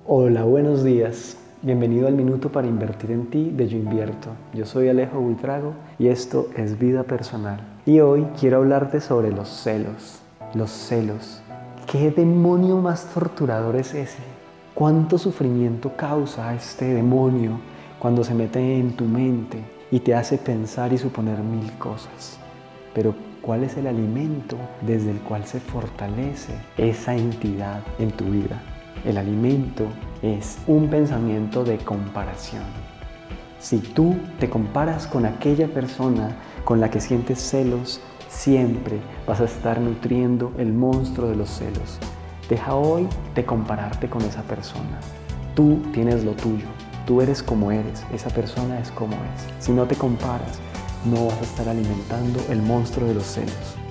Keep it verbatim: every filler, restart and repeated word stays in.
Hola, buenos días. Bienvenido al Minuto para Invertir en Ti de Yo Invierto. Yo soy Alejo Buitrago y esto es Vida Personal. Y hoy quiero hablarte sobre los celos. Los celos. ¿Qué demonio más torturador es ese? ¿Cuánto sufrimiento causa este demonio cuando se mete en tu mente y te hace pensar y suponer mil cosas? Pero ¿cuál es el alimento desde el cual se fortalece esa entidad en tu vida? El alimento es un pensamiento de comparación. Si tú te comparas con aquella persona con la que sientes celos, siempre vas a estar nutriendo el monstruo de los celos. Deja hoy de compararte con esa persona. Tú tienes lo tuyo, tú eres como eres, esa persona es como es. Si no te comparas, no vas a estar alimentando el monstruo de los celos.